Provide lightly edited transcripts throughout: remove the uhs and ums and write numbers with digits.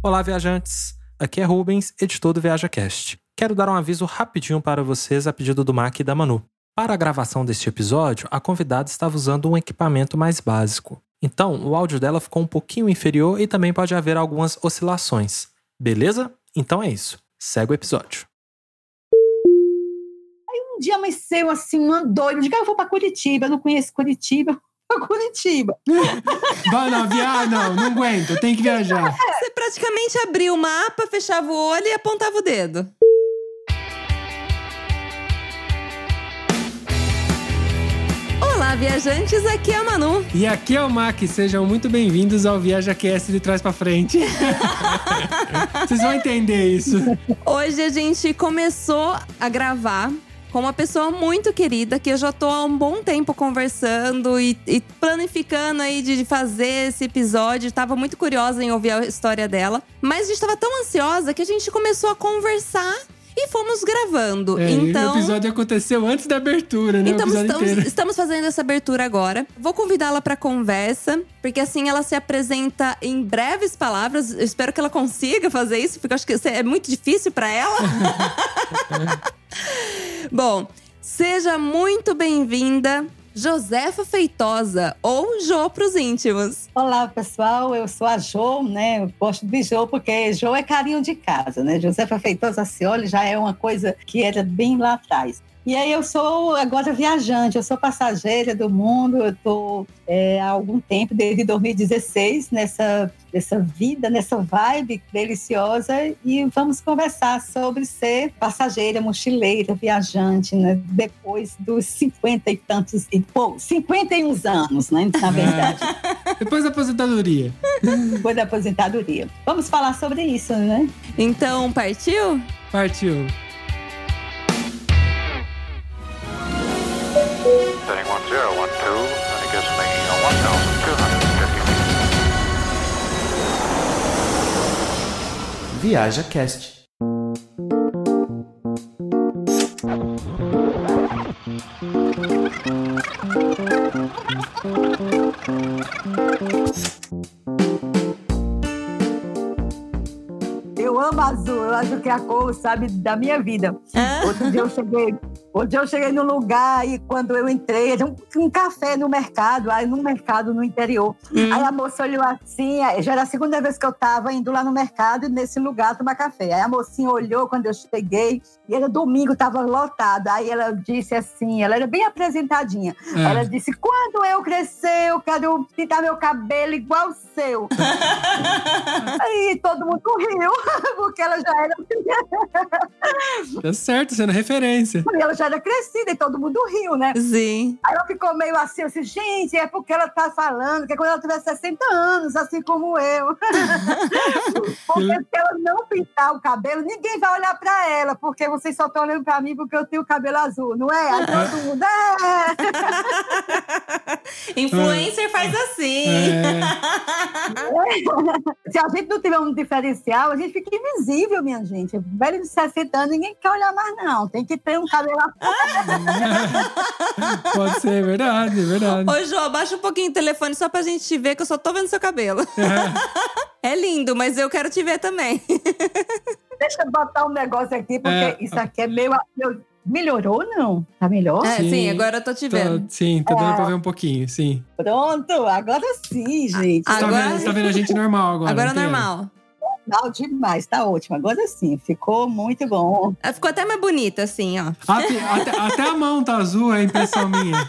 Olá, viajantes! Aqui é Rubens, editor do ViajaCast. Quero dar um aviso rapidinho para vocês a pedido do Mac e da Manu. Para a gravação deste episódio, a convidada estava usando um equipamento mais básico. Então, o áudio dela ficou um pouquinho inferior e também pode haver algumas oscilações. Beleza? Então é isso. Segue o episódio. Aí um dia amanheceu assim, uma doida. Eu digo, eu vou para Curitiba, eu não conheço Curitiba. Curitiba. Vai não, não aguento, eu tenho que viajar. Você praticamente abria o mapa, fechava o olho e apontava o dedo. Olá, viajantes, aqui é a Manu. E aqui é o Mac, sejam muito bem-vindos ao ViajaCast de trás pra frente. Vocês vão entender isso. Hoje a gente começou a gravar com uma pessoa muito querida, que eu já tô há um bom tempo conversando e planificando aí de fazer esse episódio. Tava muito curiosa em ouvir a história dela. Mas a gente tava tão ansiosa que a gente começou a conversar e fomos gravando. Então, o episódio aconteceu antes da abertura, né? Então estamos fazendo essa abertura agora. Vou convidá-la para conversa, porque assim ela se apresenta em breves palavras. Eu espero que ela consiga fazer isso, porque eu acho que é muito difícil para ela. Bom, seja muito bem-vinda, Josefa Feitosa, ou Jô pros íntimos. Olá, pessoal, eu sou a Jô, né? Eu gosto de Jô porque Jô é carinho de casa, né? Josefa Feitosa Cioli já é uma coisa que era bem lá atrás. E aí eu sou agora viajante, eu sou passageira do mundo, eu estou há algum tempo, desde 2016, nessa vida, nessa vibe deliciosa, e vamos conversar sobre ser passageira, mochileira, viajante, né? Depois dos 50 e tantos, 51 anos, né? Na verdade. Depois da aposentadoria. Depois da aposentadoria. Vamos falar sobre isso, né? Então, partiu? Partiu. Setting 1012, and it gives me 1,250 feet. ViajaCast. Eu amo azul, eu acho que é a cor, sabe, da minha vida. Outro dia eu cheguei num lugar e quando eu entrei, era um café no mercado, no interior. Aí a moça olhou assim, já era a segunda vez que eu estava indo lá no mercado, nesse lugar, tomar café. Aí a mocinha olhou quando eu cheguei, e era domingo, estava lotado. Aí ela disse assim, ela era bem apresentadinha. Ela disse, quando eu crescer, eu quero pintar meu cabelo igual o seu. Aí todo mundo riu, porque ela já era... Tá certo, sendo referência. E ela já era crescida e todo mundo riu, né? Sim. Aí ela ficou meio assim, eu disse, gente, é porque ela tá falando que quando ela tiver 60 anos, assim como eu. Porque se ela não pintar o cabelo, ninguém vai olhar pra ela, porque vocês só estão olhando pra mim porque eu tenho o cabelo azul, não é? Aí todo mundo, Influencer faz assim. Se a gente não tiver um diferencial, a gente fica invisível, minha gente. Velho de 60 anos, ninguém quer olhar mais, não. Tem que ter um cabelo azul. Pode ser, é verdade. Ô, Jô, abaixa um pouquinho o telefone só pra gente te ver, que eu só tô vendo seu cabelo. É lindo, mas eu quero te ver também. Deixa eu botar um negócio aqui, porque isso aqui é meio... Melhorou, não? Tá melhor? Sim, agora eu tô te vendo. Tá dando pra ver um pouquinho, sim. Pronto, agora sim, gente. Você tá vendo a gente normal agora. Agora é normal. Não, demais, tá ótimo. Agora sim, ficou muito bom. Ela ficou até mais bonita, assim, ó. Até a mão tá azul, é impressão minha.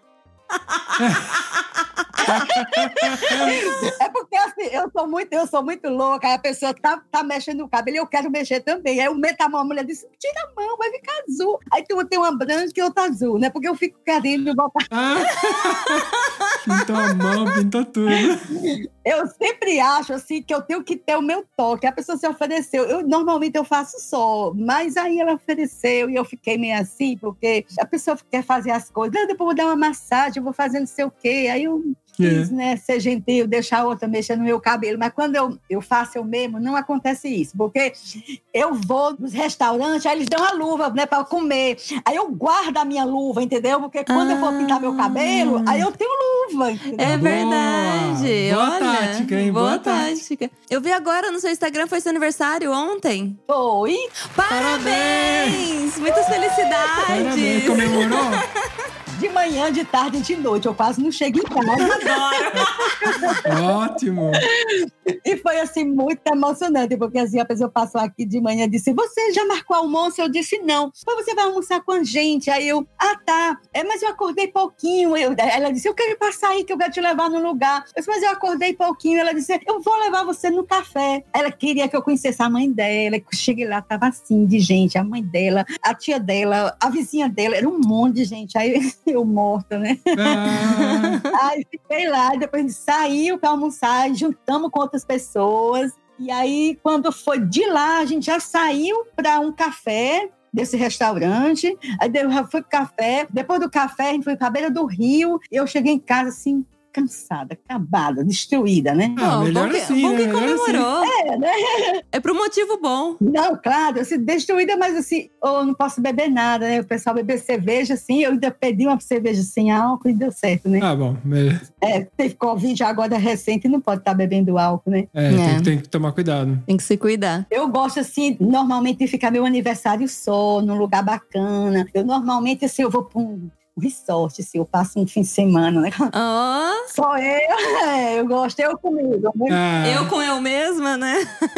É porque assim, eu sou muito louca, aí a pessoa tá mexendo no cabelo e eu quero mexer também. Aí eu meto a mão, a mulher diz, tira a mão, vai ficar azul. Aí tem uma branca e outra azul, né? Porque eu fico querendo botar... Pintou a mão, pintou tudo. Eu sempre acho assim que eu tenho que ter o meu toque. A pessoa se ofereceu. Normalmente eu faço só, mas aí ela ofereceu e eu fiquei meio assim, porque a pessoa quer fazer as coisas. Depois eu vou dar uma massagem, eu vou fazer não sei o quê. Aí eu quis, né, ser gentil, deixar a outra mexer no meu cabelo. Mas quando eu faço eu mesmo, não acontece isso. Porque eu vou nos restaurantes, aí eles dão a luva, né, para comer. Aí eu guardo a minha luva, entendeu? Porque quando eu for pintar meu cabelo, aí eu tenho luva, entendeu? É verdade. Boa Olha, tática, hein? Boa tática. Eu vi agora no seu Instagram, foi seu aniversário ontem. Foi. Parabéns! Muitas felicidades! Parabéns, comemorou? De manhã, de tarde e de noite. Eu quase não chego em casa. Ótimo. E foi, assim, muito emocionante. Porque, assim, a pessoa passou aqui de manhã e disse, você já marcou almoço? Eu disse, não. Mas você vai almoçar com a gente? Aí eu, tá. Mas eu acordei pouquinho. Ela disse, eu quero passar aí, que eu quero te levar no lugar. Eu disse, mas eu acordei pouquinho. Ela disse, eu vou levar você no café. Ela queria que eu conhecesse a mãe dela. Eu cheguei lá, tava assim, de gente. A mãe dela, a tia dela, a vizinha dela. Era um monte de gente. Aí eu morta, né? Aí fiquei lá, depois a gente saiu para almoçar, juntamos com outras pessoas. E aí, quando foi de lá, a gente já saiu para um café desse restaurante. Aí eu fui pro café. Depois do café, a gente foi para a beira do rio. E eu cheguei em casa assim, cansada, acabada, destruída, né? Melhor assim, bom né? que comemorou. Assim. Né? É pro motivo bom. Não, claro, assim, destruída, mas assim, eu não posso beber nada, né? O pessoal beber cerveja, assim, eu ainda pedi uma cerveja sem álcool e deu certo, né? Bom. Teve Covid agora recente e não pode estar bebendo álcool, né? Tem que tomar cuidado. Tem que se cuidar. Eu gosto, assim, normalmente de ficar meu aniversário só, num lugar bacana. Eu normalmente, assim, eu vou para um resort, assim, eu passo um fim de semana, né? Só eu gosto, eu comigo. Eu com eu mesma, né?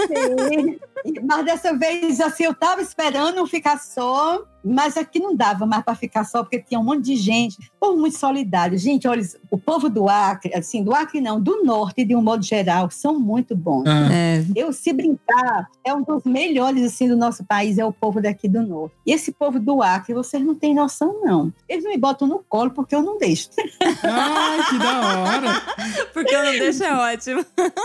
Sim. Mas dessa vez, assim, eu tava esperando ficar só, mas aqui não dava mais para ficar só, porque tinha um monte de gente, povo muito solidário. Gente, olha, o povo do Acre, assim, do Acre não, do Norte, de um modo geral, são muito bons. Eu, se brincar, é um dos melhores, assim, do nosso país, é o povo daqui do Norte. E esse povo do Acre, vocês não têm noção, não. Eles me botam no colo porque eu não deixo. Ai, que da hora! Porque eu não deixo é ótimo.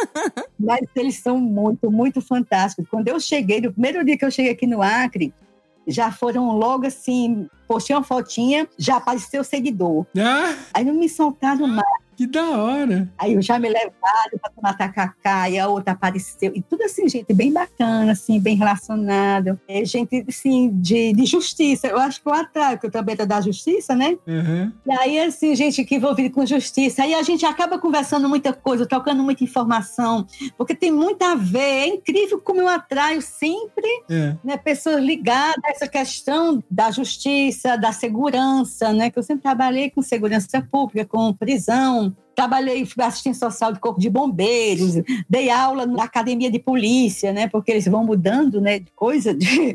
Mas eles são muito, muito fantásticos. Quando eu cheguei, no primeiro dia que eu cheguei aqui no Acre, já foram logo assim, postei uma fotinha, já apareceu o seguidor. Aí não me soltaram mais. Que da hora! Aí eu já me levaram para tomar tacacá e a outra apareceu. E tudo assim, gente bem bacana, assim, bem relacionado. Gente, assim, de justiça. Eu acho que eu atraio, porque eu também tô da justiça, né? Uhum. E aí, assim, gente que envolvida com justiça. Aí a gente acaba conversando muita coisa, trocando muita informação, porque tem muito a ver. É incrível como eu atraio sempre né, pessoas ligadas a essa questão da justiça, da segurança, né? Que eu sempre trabalhei com segurança pública, com prisão. Trabalhei, fui assistente social do Corpo de Bombeiros, dei aula na academia de polícia, né? Porque eles vão mudando, né? De coisa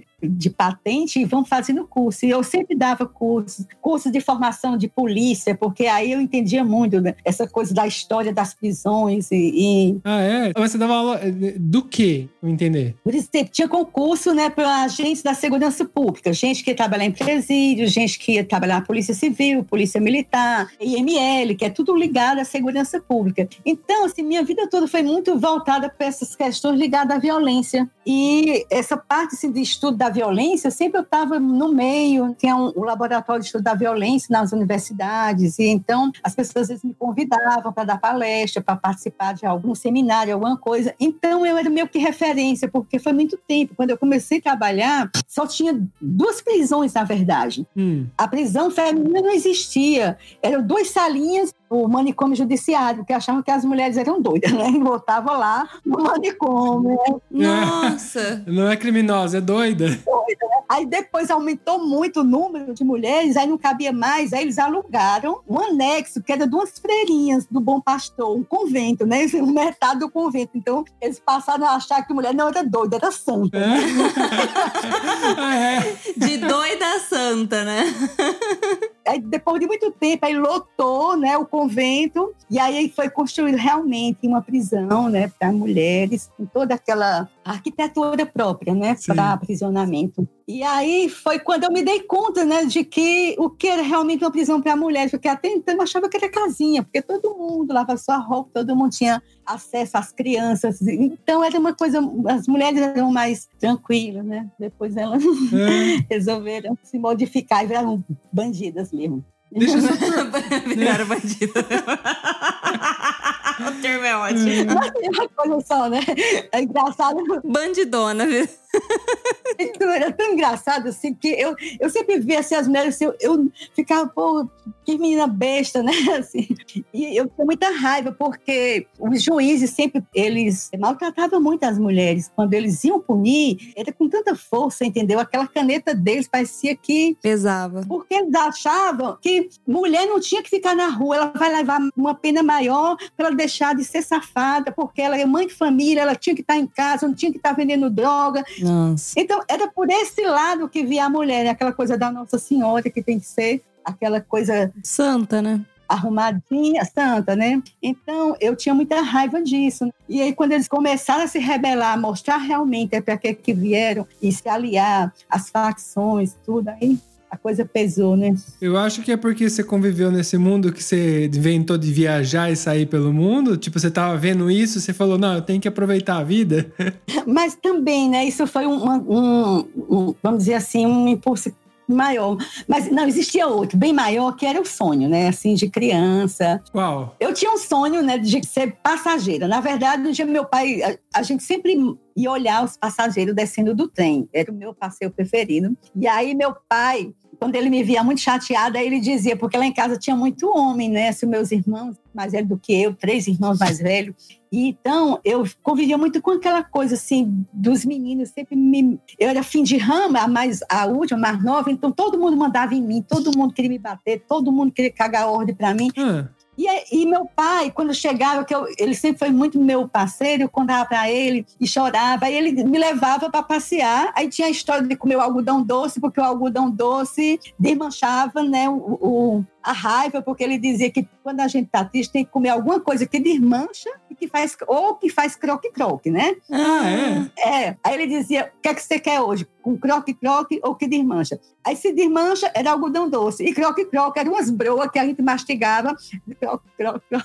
de patente e vão fazendo curso. E eu sempre dava cursos de formação de polícia, porque aí eu entendia muito, né, essa coisa da história das prisões Mas você dava aula do quê? Vou entender. Por isso, tinha concurso, né, para agentes da segurança pública, gente que ia trabalhar em presídio, gente que ia trabalhar na Polícia Civil, Polícia Militar, IML, que é tudo ligado à segurança pública. Então, assim, minha vida toda foi muito voltada para essas questões ligadas à violência. E essa parte, assim, de estudo da violência, sempre eu estava no meio, tinha um laboratório de estudo da violência nas universidades, e então as pessoas às vezes me convidavam para dar palestra, para participar de algum seminário, alguma coisa. Então eu era meio que referência, porque foi muito tempo. Quando eu comecei a trabalhar, só tinha 2 prisões, na verdade. A prisão feminina não existia. Eram 2 salinhas, o manicômio judiciário, que achavam que as mulheres eram doidas, né? E voltavam lá no manicômio. Nossa! Não é criminosa, é doida. Né? Aí depois aumentou muito o número de mulheres, aí não cabia mais, aí eles alugaram um anexo, que era 2 freirinhas do Bom Pastor, um convento, né? Metade do convento. Então, eles passaram a achar que a mulher não era doida, era santa. De doida a santa, né? Aí, depois de muito tempo, aí lotou, né, o convento, e aí foi construído realmente uma prisão, né, para mulheres, com toda aquela arquitetura própria, né, para aprisionamento. E aí foi quando eu me dei conta, né, de que o que era realmente uma prisão para mulheres, porque até então eu achava que era casinha, porque todo mundo lavava sua roupa, todo mundo tinha acesso às crianças, então era uma coisa, as mulheres eram mais tranquilas, né, depois elas resolveram se modificar e viraram bandidas mesmo. Viraram bandidas. O termo é ótimo. Mas tem uma coisa só, né? É engraçado. Bandidona, viu? Era tão engraçado, assim, que eu sempre via assim, as mulheres, assim, eu ficava, pô, que menina besta, né? Assim, e eu tinha muita raiva, porque os juízes sempre, eles maltratavam muito as mulheres. Quando eles iam punir, era com tanta força, entendeu? Aquela caneta deles parecia que... Pesava. Porque eles achavam que mulher não tinha que ficar na rua, ela vai levar uma pena maior para ela deixar de ser safada, porque ela é mãe de família, ela tinha que estar em casa, não tinha que estar vendendo droga. Nossa. Então, era por esse lado que via a mulher, né? Aquela coisa da Nossa Senhora, que tem que ser aquela coisa... Santa, né? Arrumadinha, santa, né? Então, eu tinha muita raiva disso. E aí, quando eles começaram a se rebelar, mostrar realmente para que vieram e se aliar, as facções, tudo, aí a coisa pesou, né? Eu acho que é porque você conviveu nesse mundo que você inventou de viajar e sair pelo mundo. Tipo, você tava vendo isso, você falou, não, eu tenho que aproveitar a vida. Mas também, né? Isso foi vamos dizer assim, um impulso maior. Mas não, existia outro, bem maior, que era o sonho, né? Assim, de criança. Uau! Eu tinha um sonho, né, de ser passageira. Na verdade, um dia meu pai... A gente sempre ia olhar os passageiros descendo do trem. Era o meu passeio preferido. E aí, meu pai... Quando ele me via muito chateada, ele dizia, porque lá em casa tinha muito homem, né? Assim, meus irmãos mais velhos do que eu, 3 irmãos mais velhos. E então, eu convivia muito com aquela coisa, assim, dos meninos sempre Eu era fim de rama, a última, a mais nova, então todo mundo mandava em mim, todo mundo queria me bater, todo mundo queria cagar ordem pra mim. E meu pai, quando chegava, ele sempre foi muito meu parceiro, eu contava para ele e chorava. Aí ele me levava para passear. Aí tinha a história de comer o algodão doce, porque o algodão doce desmanchava, né, a raiva, porque ele dizia que quando a gente tá triste tem que comer alguma coisa que desmancha e que faz croque-croque, né? Aí ele dizia, o que é que você quer hoje? Com croque-croque ou que desmancha? Aí se desmancha era algodão doce e croque-croque eram umas broas que a gente mastigava. Croque-croque.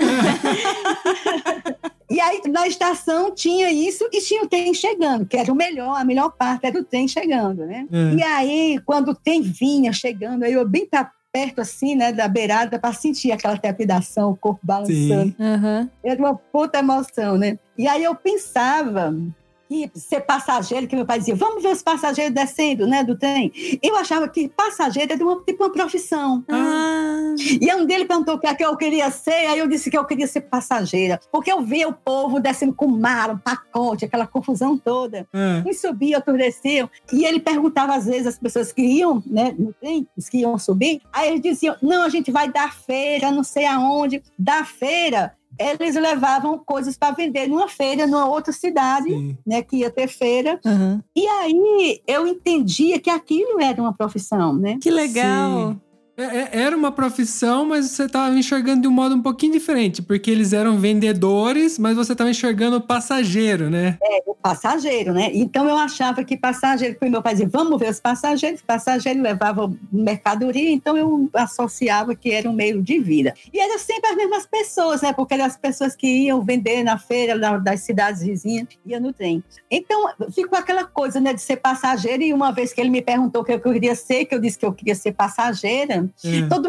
E aí na estação tinha isso e tinha o trem chegando, que era a melhor parte era o trem chegando, né? E aí quando o trem vinha chegando, aí eu bem perto assim, né, da beirada, para sentir aquela trepidação, o corpo balançando. Era uma puta emoção, né? E aí eu pensava que ser passageiro, que meu pai dizia, vamos ver os passageiros descendo, né, do trem. Eu achava que passageiro era tipo uma profissão. E um dele perguntou o que eu queria ser, aí eu disse que eu queria ser passageira, porque eu via o povo descendo com mala, um pacote, aquela confusão toda. Uns subiam, outros desciam. E ele perguntava às vezes as pessoas que iam, né, no trem, os que iam subir, aí eles diziam, não, a gente vai dar feira, não sei aonde. Da feira, eles levavam coisas para vender numa feira, numa outra cidade, né, que ia ter feira. E aí eu entendia que aquilo era uma profissão, né? Que legal! Era uma profissão, mas você estava enxergando de um modo um pouquinho diferente, porque eles eram vendedores, mas você estava enxergando o passageiro, né? O passageiro, né? Então eu achava que passageiro, porque meu pai dizia, vamos ver os passageiros levavam mercadoria, então eu associava que era um meio de vida. E eram sempre as mesmas pessoas, né? Porque eram as pessoas que iam vender na feira das cidades vizinhas, iam no trem. Então ficou aquela coisa, né, de ser passageiro, e uma vez que ele me perguntou o que eu queria ser, que eu disse que eu queria ser passageira, todo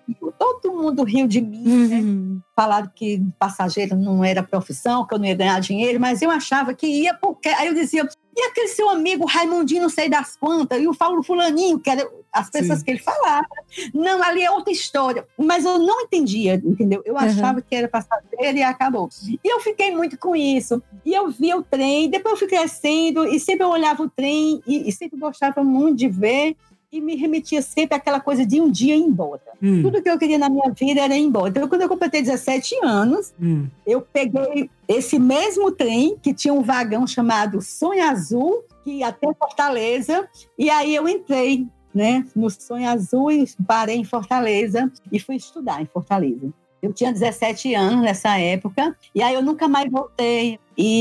mundo riu de mim, né? Falaram que passageiro não era profissão, que eu não ia ganhar dinheiro, mas eu achava que ia, porque aí eu dizia, e aquele seu amigo Raimundinho não sei das quantas, e o Paulo Fulaninho, que eram as pessoas que ele falava. Não, ali é outra história, mas eu não entendia, entendeu? Eu achava que era passageiro e acabou. E eu fiquei muito com isso, e eu via o trem, depois eu fui crescendo, e sempre eu olhava o trem, e sempre gostava muito de ver, e me remetia sempre àquela coisa de um dia ir embora. Tudo que eu queria na minha vida era ir embora. Então, quando eu completei 17 anos, eu peguei esse mesmo trem, que tinha um vagão chamado Sonho Azul, que ia até Fortaleza, e aí eu entrei, né, no Sonho Azul e parei em Fortaleza e fui estudar em Fortaleza. Eu tinha 17 anos nessa época, e aí eu nunca mais voltei.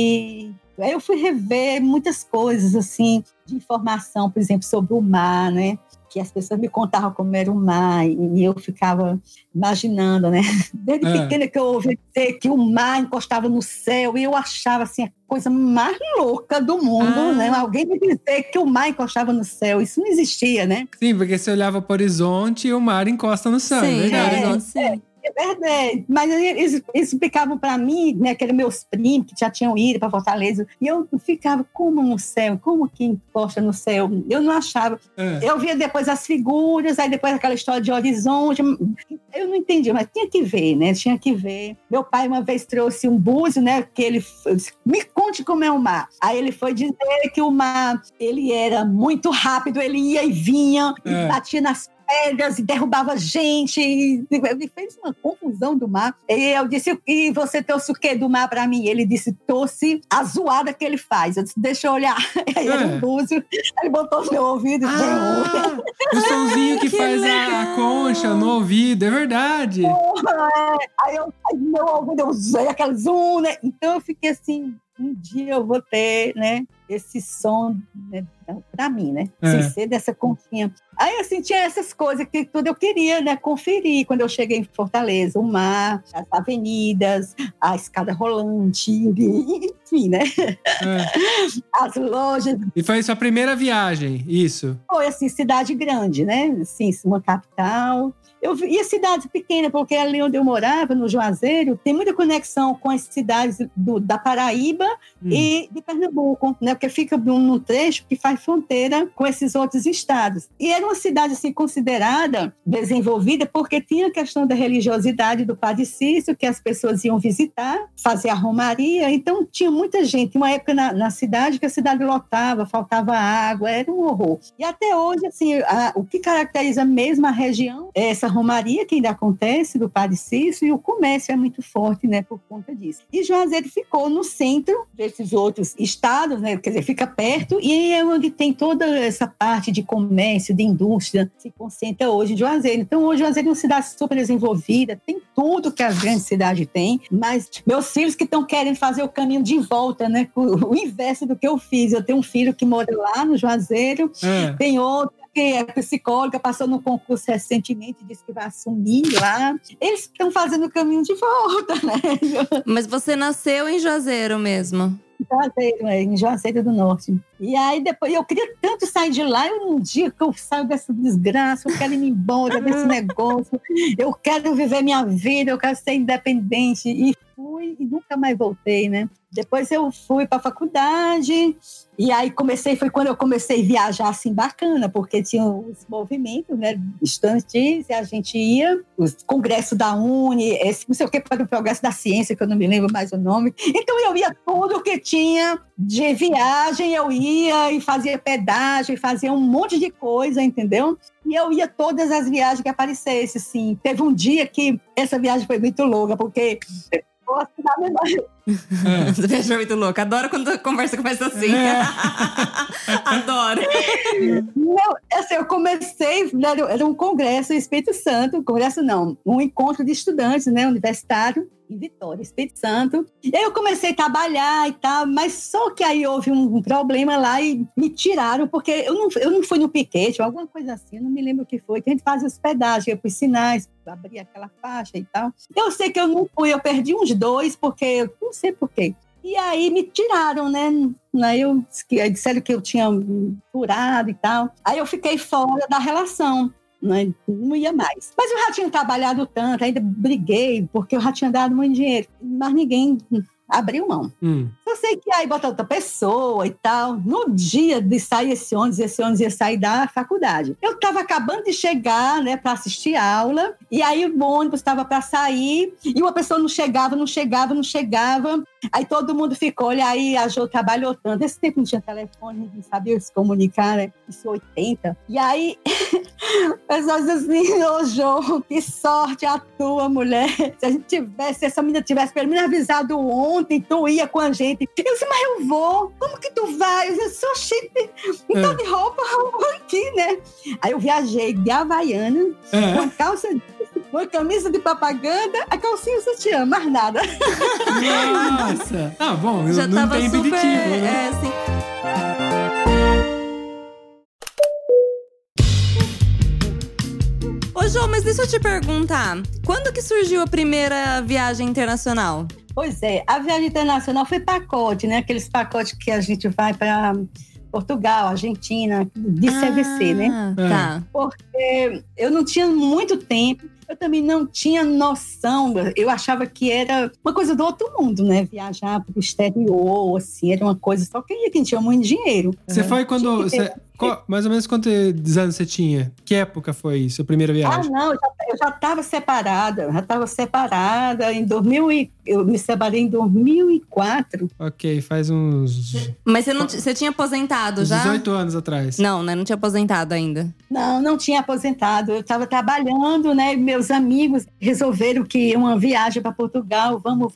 E aí eu fui rever muitas coisas, assim, de informação, por exemplo, sobre o mar, né? Que as pessoas me contavam como era o mar, e eu ficava imaginando, né? Desde pequena que eu ouvi dizer que o mar encostava no céu, e eu achava, assim, a coisa mais louca do mundo, né? Alguém me dizer que o mar encostava no céu, isso não existia, né? Sim, porque você olhava para o horizonte e o mar encosta no céu, sim, é verdade. Sim. É verdade. Mas eles explicavam para mim, né, que eram meus primos que já tinham ido para Fortaleza. E eu ficava, como no céu? Como que encosta no céu? Eu não achava. Eu via depois as figuras, aí depois aquela história de horizonte. Eu não entendi, mas tinha que ver, né? Tinha que ver. Meu pai uma vez trouxe um búzio, né? Que ele me conte como é o mar. Aí ele foi dizer que o mar, ele era muito rápido, ele ia e vinha, e batia nas pedras e derrubava gente. Ele fez uma confusão do mar. E eu disse, e você trouxe o quê do mar pra mim? Ele disse, trouxe a zoada que ele faz. Eu disse, deixa eu olhar. Aí era um búzio. Ele botou no meu ouvido. O sonzinho que faz a concha no ouvido, é verdade. Aí meu ouvido, eu usei aquele zoom, né? Então eu fiquei assim, um dia eu vou ter, né, esse som, né, pra mim, né? Sem ser dessa conchinha. Aí eu sentia essas coisas que tudo eu queria, né, conferir quando eu cheguei em Fortaleza, o mar, as avenidas, a escada rolante, enfim, né? As lojas. E foi sua primeira viagem, isso? Foi assim, cidade grande, né? Assim, uma capital. Eu ia cidade pequena, porque ali onde eu morava, no Juazeiro, tem muita conexão com as cidades da Paraíba e de Pernambuco, né? Porque fica num trecho que faz fronteira com esses outros estados. E era uma cidade, assim, considerada desenvolvida, porque tinha a questão da religiosidade do Padre Cícero, que as pessoas iam visitar, fazer a romaria. Então, tinha muita gente. Uma época na cidade que a cidade lotava, faltava água, era um horror. E até hoje, assim, o que caracteriza mesmo a região é essa romaria que ainda acontece do Padre Cícero, e o comércio é muito forte, né, por conta disso. E Juazeiro ficou no centro desses outros estados, né, quer dizer, fica perto, e é onde tem toda essa parte de comércio, de indústria, se concentra hoje em Juazeiro. Então, hoje Juazeiro é uma cidade super desenvolvida, tem tudo que as grandes cidades têm, mas meus filhos que estão querendo fazer o caminho de volta, né, o inverso do que eu fiz. Eu tenho um filho que mora lá no Juazeiro, tem outro que é psicóloga, passou no concurso recentemente, disse que vai assumir lá. Eles estão fazendo o caminho de volta, né? Mas você nasceu em Juazeiro mesmo? Em Juazeiro do Norte. E aí depois, eu queria tanto sair de lá, um dia que eu saio dessa desgraça, eu quero ir embora desse negócio, eu quero viver minha vida, eu quero ser independente. E fui e nunca mais voltei, né? Depois eu fui para a faculdade, e aí foi quando eu comecei a viajar assim bacana, porque tinha os movimentos, né, estudantis, e a gente ia, os congressos da Uni, não sei o que, para o progresso da ciência, que eu não me lembro mais o nome. Então eu ia tudo que tinha de viagem, eu ia e fazia pedágio, fazia um monte de coisa, entendeu? E eu ia todas as viagens que aparecessem, assim. Teve um dia que essa viagem foi muito louca, porque... Você viajou muito louca. Adoro quando a conversa começa assim. Adoro. Não, assim, eu comecei, era um congresso em Espírito Santo, um encontro de estudantes, né, universitário, em Vitória, Espírito Santo. E aí eu comecei a trabalhar e tal, mas só que aí houve um problema lá e me tiraram, porque eu não fui no piquete, ou alguma coisa assim, eu não me lembro o que foi, que a gente fazia os pedágios, ia pros sinais, abria aquela faixa e tal. Eu sei que eu não fui, eu perdi uns 2, porque eu não sei por quê. E aí me tiraram, né? Aí disseram que eu tinha furado e tal. Aí eu fiquei fora da relação. Não ia mais. Mas eu já tinha trabalhado tanto, ainda briguei, porque eu já tinha dado muito dinheiro. Mas ninguém abriu mão. Só sei que aí botou outra pessoa e tal. No dia de sair esse ônibus ia sair da faculdade. Eu estava acabando de chegar, né, para assistir aula, e aí o ônibus estava para sair, e uma pessoa não chegava. Aí todo mundo ficou, olha aí, a Jo trabalhou tanto. Esse tempo não tinha telefone, não sabia se comunicar, né? Isso 80. E aí, o pessoal diz assim, ô Jo, que sorte a tua, mulher. Se essa menina tivesse pelo menos avisado ontem, tu ia com a gente. Eu disse, mas eu vou. Como que tu vai? Eu disse, oxi, então de roupa, eu vou aqui, né? Aí eu viajei de Havaiana, com calça, uma camisa de propaganda, a calcinha sutiã, mais nada. Nossa! Ah, bom, já não tava tem super, impeditivo, né? assim. Ô, Jô, mas deixa eu te perguntar. Quando que surgiu a primeira viagem internacional? Pois é, a viagem internacional foi pacote, né? Aqueles pacotes que a gente vai para Portugal, Argentina, de CVC, né? Tá. Porque eu não tinha muito tempo. eu também não tinha noção. Eu achava que era uma coisa do outro mundo, né? Viajar para o exterior, assim, era uma coisa só quem tinha muito dinheiro. Você foi quando... mais ou menos quantos anos você tinha? Que época foi isso, a primeira viagem? Não, eu já estava separada. Em 2000 eu me separei em 2004. Ok, faz uns... Mas você tinha aposentado já? 18 anos atrás. Não, né? Não tinha aposentado ainda. Não tinha aposentado. Eu estava trabalhando, né? Meus amigos resolveram que uma viagem para Portugal, vamos.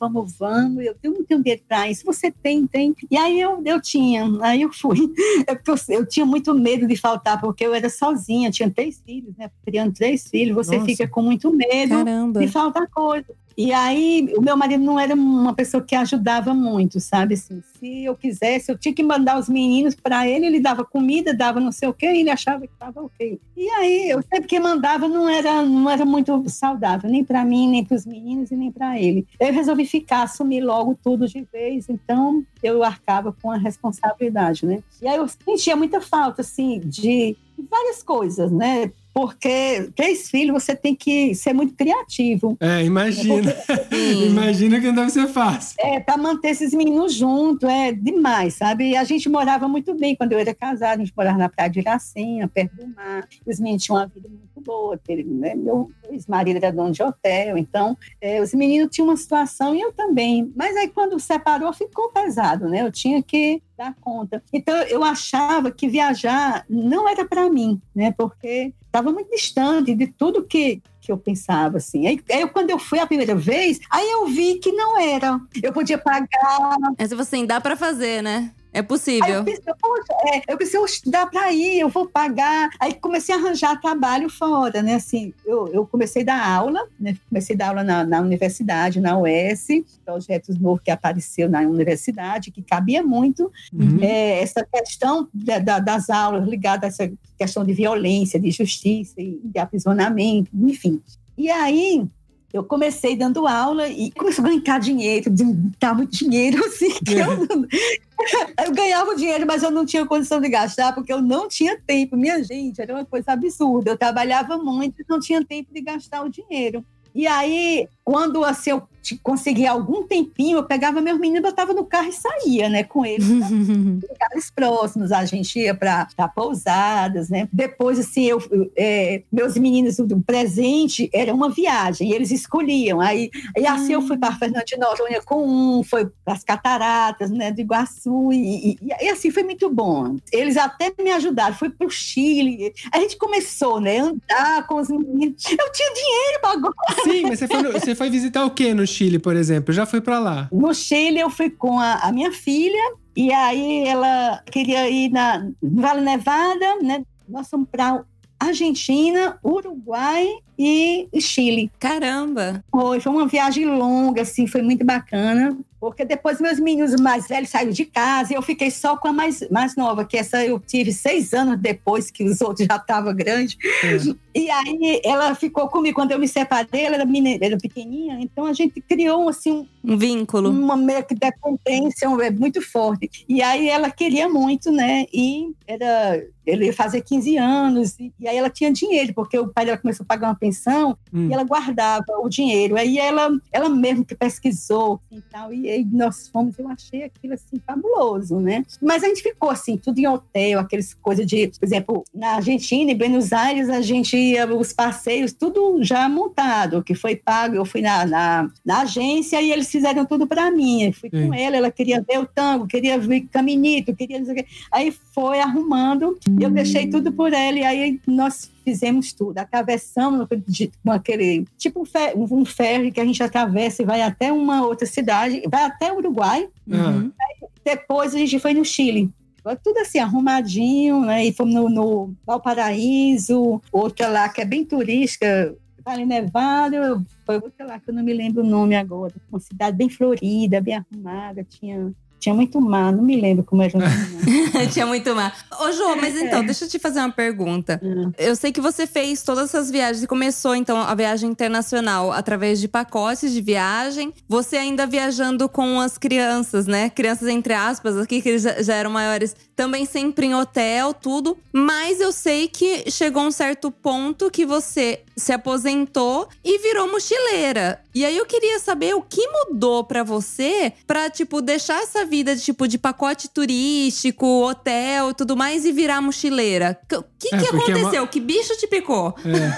Eu não tenho dinheiro para isso. Você tem. E aí eu tinha. Aí eu fui. Eu tinha muito medo de faltar, porque eu era sozinha, tinha 3 filhos, né? Criando 3 filhos, você fica com muito medo de faltar coisa. E aí, o meu marido não era uma pessoa que ajudava muito, sabe? Assim, se eu quisesse, eu tinha que mandar os meninos para ele, ele dava comida, dava não sei o quê, e ele achava que estava ok. E aí, eu sempre que mandava, não era muito saudável, nem para mim, nem para os meninos e nem para ele. Eu resolvi assumir logo tudo de vez, então eu arcava com a responsabilidade, né? E aí, eu sentia muita falta, assim, de várias coisas, né? Porque 3 filhos, você tem que ser muito criativo. Imagina. Imagina que não deve ser fácil. Para manter esses meninos juntos, é demais, sabe? E a gente morava muito bem. Quando eu era casada, a gente morava na praia de Iracema, perto do mar. Os meninos tinham uma vida muito boa. Né? Meu ex-marido era dono de hotel. Então, os meninos tinham uma situação e eu também. Mas aí, quando separou, ficou pesado, né? Eu tinha que dar conta. Então, eu achava que viajar não era para mim, né? Porque estava muito distante de tudo que eu pensava, assim. Aí, quando eu fui a primeira vez, aí eu vi que não era. Eu podia pagar... Mas assim, dá para fazer, né? É possível. Aí eu pensei, dá para ir, eu vou pagar. Aí comecei a arranjar trabalho fora, né? Assim, eu comecei a dar aula, né? Comecei a dar aula na universidade, na UES, projetos novos que apareceu na universidade, que cabia muito. Essa questão das aulas ligada a essa questão de violência, de justiça e de aprisionamento, enfim. E aí... eu comecei dando aula e comecei a ganhar dinheiro, dar muito dinheiro, assim, que eu ganhava dinheiro, mas eu não tinha condição de gastar, porque eu não tinha tempo. Minha gente, era uma coisa absurda. Eu trabalhava muito e não tinha tempo de gastar o dinheiro. E aí, quando assim, eu conseguia algum tempinho, eu pegava meus meninos, botava no carro e saía, né, com eles. Lugares próximos, a gente ia para pousadas, né. Depois, assim, meus meninos, o presente era uma viagem, e eles escolhiam. Aí assim, eu fui para Fernando de Noronha com foi para as cataratas, né, do Iguaçu, e assim, foi muito bom. Eles até me ajudaram, fui para o Chile. A gente começou, né, a andar com os meninos. Eu tinha dinheiro para agora. Sim, mas você foi visitar o quê no Chile, por exemplo? Eu já fui para lá. No Chile, eu fui com a minha filha, e aí ela queria ir no Vale Nevada, né? Nós fomos para Argentina, Uruguai e Chile. Caramba! Foi uma viagem longa, assim, foi muito bacana. Porque depois meus meninos mais velhos saíram de casa e eu fiquei só com a mais nova, que essa eu tive 6 anos depois que os outros já estavam grandes. E aí ela ficou comigo. Quando eu me separei, ela era pequenininha, então a gente criou assim, um vínculo. Uma meio que dependência muito forte. E aí ela queria muito, né? E ele ia fazer 15 anos, e aí ela tinha dinheiro, porque o pai dela começou a pagar uma pensão e ela guardava o dinheiro. Aí ela mesmo que pesquisou e tal, e aí nós fomos, eu achei aquilo assim fabuloso, né? Mas a gente ficou assim, tudo em hotel, aquelas coisas de, por exemplo, na Argentina, em Buenos Aires, a gente ia, os passeios, tudo já montado, que foi pago. Eu fui na agência e eles fizeram tudo para mim. Eu fui com ela queria ver o tango, queria ver caminito, queria não sei o quê. Aí foi arrumando, eu deixei tudo por ela, e aí nós fizemos tudo. Atravessamos com aquele, tipo um ferry que a gente atravessa e vai até uma outra cidade, vai até o Uruguai. Aí, depois a gente foi no Chile. Tudo assim, arrumadinho, né? E fomos no Valparaíso, outra lá que é bem turística, Vale Nevada, foi outra lá que eu não me lembro o nome agora. Uma cidade bem florida, bem arrumada, tinha muito mar, não me lembro como era o nome. Tinha muito mar. Ô, Jô, mas então, deixa eu te fazer uma pergunta. Eu sei que você fez todas essas viagens e começou, então, a viagem internacional através de pacotes de viagem. Você ainda viajando com as crianças, né? Crianças, entre aspas, aqui, que eles já eram maiores. Também sempre em hotel, tudo. Mas eu sei que chegou um certo ponto que você se aposentou e virou mochileira. E aí eu queria saber o que mudou pra você pra, tipo, deixar essa vida de, tipo, de pacote turístico, hotel e tudo mais e virar mochileira. O que aconteceu? Que bicho te picou?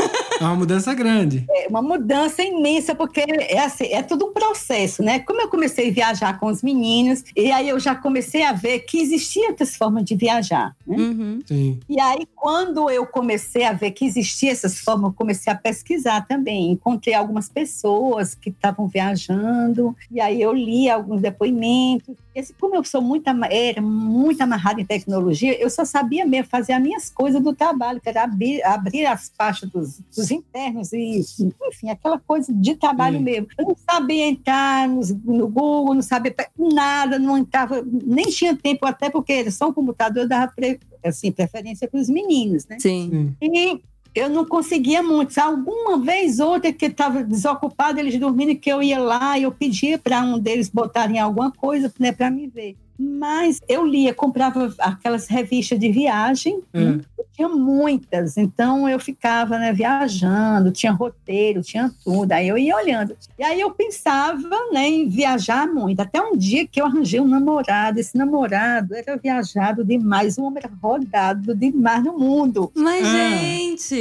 É uma mudança grande. É uma mudança imensa, porque é tudo um processo, né? Como eu comecei a viajar com os meninos, e aí eu já comecei a ver que existia outras formas de viajar, né? Sim. E aí, quando eu comecei a ver que existia essas formas, eu comecei a pesquisar também. Encontrei algumas pessoas que estavam viajando, e aí eu li alguns depoimentos. Como eu sou era muito amarrada em tecnologia, eu só sabia mesmo fazer as minhas coisas do trabalho, que era abrir as pastas dos internos e, enfim, aquela coisa de trabalho mesmo. Eu não sabia entrar no Google, não sabia nada, não entrava, nem tinha tempo, até porque era só um computador, eu dava preferência para os meninos, né? Sim. E eu não conseguia muito. Alguma vez outra que estava desocupado, eles dormindo, que eu ia lá e eu pedia para um deles botarem alguma coisa, né, para me ver. Mas eu lia, comprava aquelas revistas de viagem, eu tinha muitas, então eu ficava, né, viajando, tinha roteiro, tinha tudo, aí eu ia olhando. E aí eu pensava, né, em viajar muito, até um dia que eu arranjei um namorado, esse namorado era viajado demais, um homem era rodado demais no mundo. Mas, gente...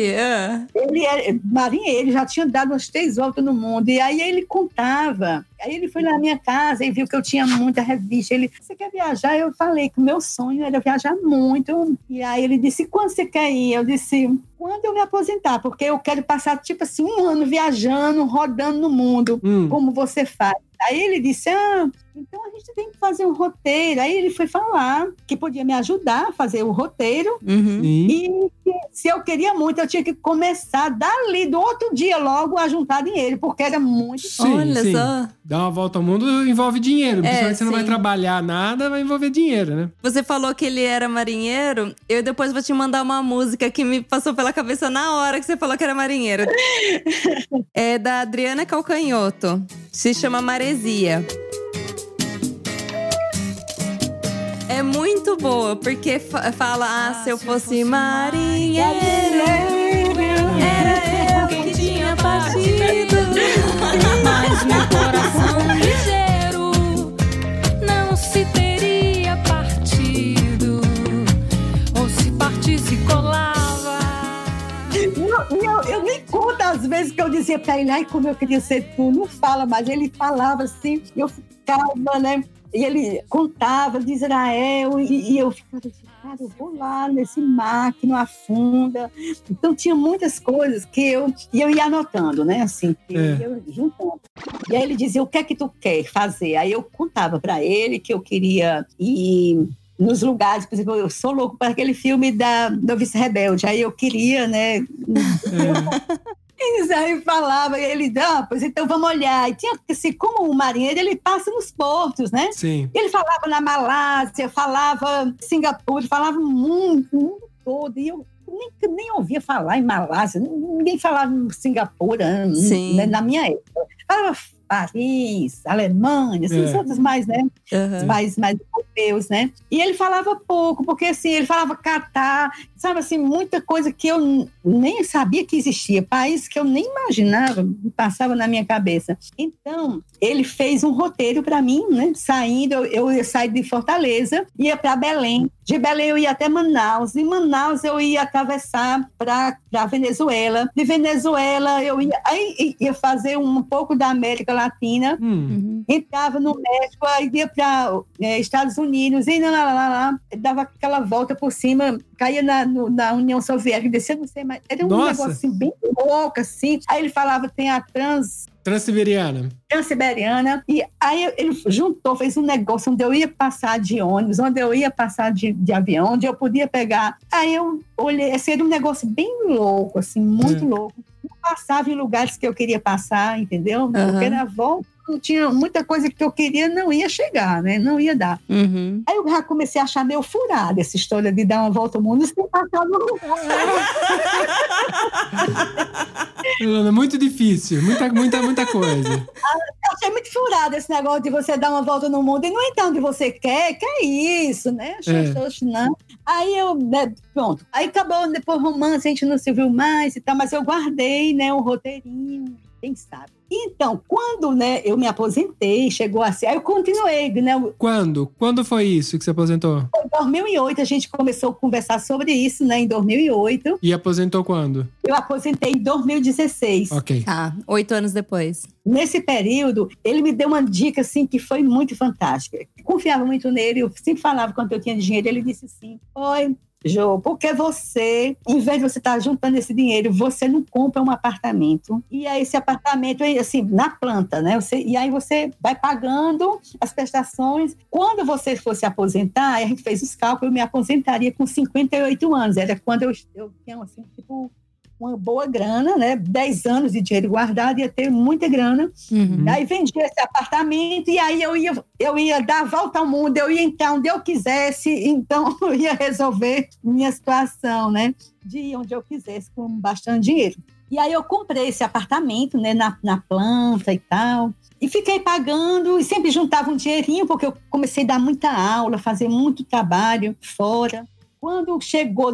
Ele era marinheiro, ele já tinha dado umas 3 voltas no mundo, e aí ele contava. Aí ele foi lá na minha casa e viu que eu tinha muita revista. Ele, você quer viajar? Eu falei que o meu sonho era viajar muito. E aí ele disse, quando você quer ir? Eu disse, quando eu me aposentar, porque eu quero passar, tipo assim, 1 ano viajando, rodando no mundo, como você faz. Aí ele disse, então a gente tem que fazer um roteiro. Aí ele foi falar que podia me ajudar a fazer o roteiro. E se eu queria muito, eu tinha que começar dali, do outro dia logo, a juntar dinheiro, porque era muito... Olha só. Dar uma volta ao mundo envolve dinheiro. Principalmente você não vai trabalhar nada, vai envolver dinheiro, né? Você falou que ele era marinheiro. Eu depois vou te mandar uma música que me passou pela cabeça na hora que você falou que era marinheiro. É da Adriana Calcanhoto. Se chama Maresia. É muito boa, porque fala, se eu fosse marinheiro, era eu que tinha partido. Mas meu coração ligeiro não se teria partido, ou se partisse colava. Eu nem conto as vezes que eu dizia pra ele, ai, como eu queria ser tu, não fala, mas ele falava assim, e eu ficava, né? E ele contava de Israel, e eu ficava assim, cara, eu vou lá nesse mar que não afunda. Então tinha muitas coisas que eu ia anotando, né? Assim, eu juntando. E aí ele dizia, o que é que tu quer fazer? Aí eu contava para ele que eu queria ir nos lugares, por exemplo, eu sou louco para aquele filme da Novice Rebelde. Aí eu queria, né? Eles aí falavam, e ele, pois então vamos olhar. E tinha, assim, como o marinheiro, ele passa nos portos, né? Sim. Ele falava na Malásia, falava Singapura, falava o mundo todo. E eu nem ouvia falar em Malásia, ninguém falava em Singapura, né, na minha época. Falava Paris, Alemanha, assim, os outros mais, né? Os países mais europeus, né? E ele falava pouco, porque assim, ele falava Catar, sabe assim, muita coisa que eu nem sabia que existia, países que eu nem imaginava, passava na minha cabeça. Então, ele fez um roteiro para mim, né? Saindo, eu ia sair de Fortaleza, ia para Belém. De Belém eu ia até Manaus. De Manaus eu ia atravessar para Venezuela. De Venezuela eu ia fazer um pouco da América Latina. Entrava no México, aí ia para Estados Unidos, e lá, dava aquela volta por cima, caía na União Soviética, descia, não sei, mas era um negócio assim, bem louco, assim. Aí ele falava, tem a Transiberiana. E aí ele juntou, fez um negócio onde eu ia passar de ônibus, onde eu ia passar de avião, onde eu podia pegar. Aí eu olhei, assim, era um negócio bem louco, assim, muito louco. Eu passava em lugares que eu queria passar, entendeu? Porque era volta não tinha muita coisa que eu queria, não ia chegar, né? Não ia dar. Uhum. Aí eu já comecei a achar meio furada essa história de dar uma volta ao mundo sem passar no lugar. Muito difícil, muita coisa. Eu achei muito furado esse negócio de você dar uma volta no mundo e não entrar onde você quer, que é isso, né? Não. Aí eu, né, pronto. Aí acabou, depois romance, a gente não se viu mais e tal, mas eu guardei, né, um roteirinho, quem sabe. Então, quando, né, eu me aposentei, chegou assim, aí eu continuei, né? Quando? Quando foi isso que você aposentou? Em 2008, a gente começou a conversar sobre isso, né, em 2008. E aposentou quando? Eu aposentei em 2016. Ok. Tá, 8 anos depois. Nesse período, ele me deu uma dica, assim, que foi muito fantástica. Eu confiava muito nele, eu sempre falava quando eu tinha dinheiro, ele disse assim, oi, Jô, porque você, em vez de você estar juntando esse dinheiro, você não compra um apartamento. E aí esse apartamento, assim, na planta, né? E aí você vai pagando as prestações. Quando você fosse aposentar, a gente fez os cálculos, eu me aposentaria com 58 anos. Era quando eu tinha, assim, tipo, uma boa grana, né? 10 anos de dinheiro guardado, ia ter muita grana. Uhum. Aí vendi esse apartamento e aí eu ia dar a volta ao mundo, eu ia entrar onde eu quisesse, então eu ia resolver minha situação, né? De ir onde eu quisesse com bastante dinheiro. E aí eu comprei esse apartamento, né? Na planta e tal. E fiquei pagando e sempre juntava um dinheirinho, porque eu comecei a dar muita aula, fazer muito trabalho fora. Quando chegou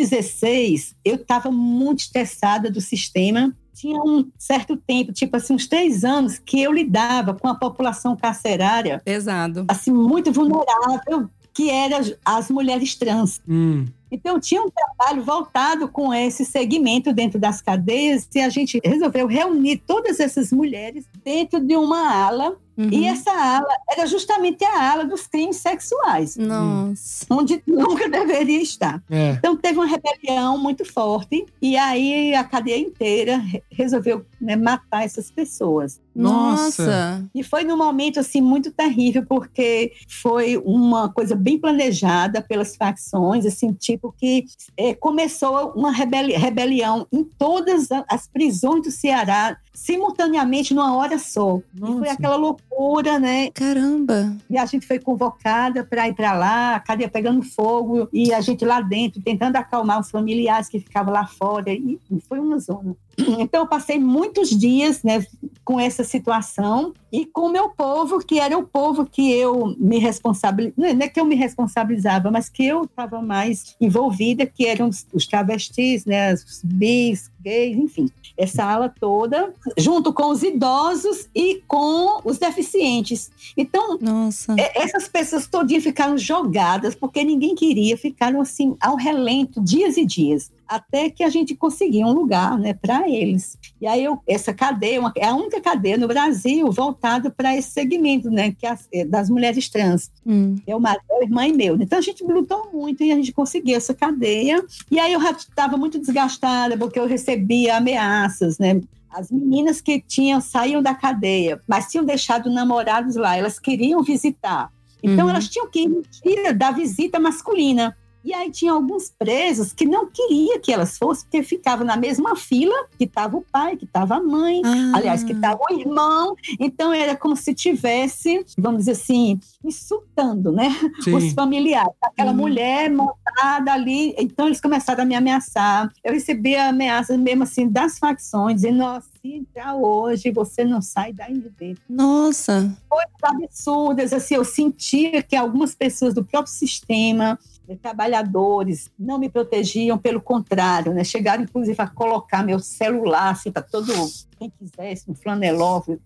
2016, eu estava muito estressada do sistema. Tinha um certo tempo, tipo assim, uns 3 anos, que eu lidava com a população carcerária. Pesado. Assim, muito vulnerável, que eram as mulheres trans. Então, tinha um trabalho voltado com esse segmento dentro das cadeias e a gente resolveu reunir todas essas mulheres dentro de uma ala. Uhum. E essa ala era justamente a ala dos crimes sexuais. Nossa. Onde nunca deveria estar. Então, teve uma rebelião muito forte e aí a cadeia inteira resolveu, né, matar essas pessoas. Nossa! E foi num momento, assim, muito terrível, porque foi uma coisa bem planejada pelas facções, assim, tipo que começou uma rebelião em todas as prisões do Ceará, simultaneamente, numa hora só. Nossa. E foi aquela loucura, né? Caramba! E a gente foi convocada para ir para lá, a cadeia pegando fogo, e a gente lá dentro, tentando acalmar os familiares que ficavam lá fora, e foi uma zona. Então, eu passei muitos dias, né, com essa situação e com o meu povo, que era o povo que eu me responsabilizava, não é que eu me responsabilizava, mas que eu estava mais envolvida, que eram os travestis, né, os bis, gays, enfim. Essa ala toda, junto com os idosos e com os deficientes. Então, nossa, essas pessoas todinhas ficaram jogadas, porque ninguém queria, ficaram assim, ao relento, dias e dias. Até que a gente conseguiu um lugar, né, para eles. E aí essa cadeia é a única cadeia no Brasil voltada para esse segmento, né, que é das mulheres trans. Eu, irmã e meu. Então a gente lutou muito e a gente conseguiu essa cadeia. E aí eu já estava muito desgastada porque eu recebia ameaças, né? As meninas que saíam da cadeia, mas tinham deixado namorados lá, elas queriam visitar. Então elas tinham que ir da visita masculina. E aí tinha alguns presos que não queriam que elas fossem, porque ficavam na mesma fila que estava o pai, que estava a mãe, aliás, que estava o irmão. Então era como se tivesse, vamos dizer assim, insultando, né? Sim. Os familiares. Aquela mulher montada ali. Então eles começaram a me ameaçar. Eu recebia ameaças mesmo assim das facções, dizendo, nossa, se entrar hoje, você não sai daí de dentro. Nossa! Coisas absurdas, assim, eu sentia que algumas pessoas do próprio sistema, trabalhadores, não me protegiam, pelo contrário, né? Chegaram, inclusive, a colocar meu celular, assim, para todo quem quisesse, um flanelóvel.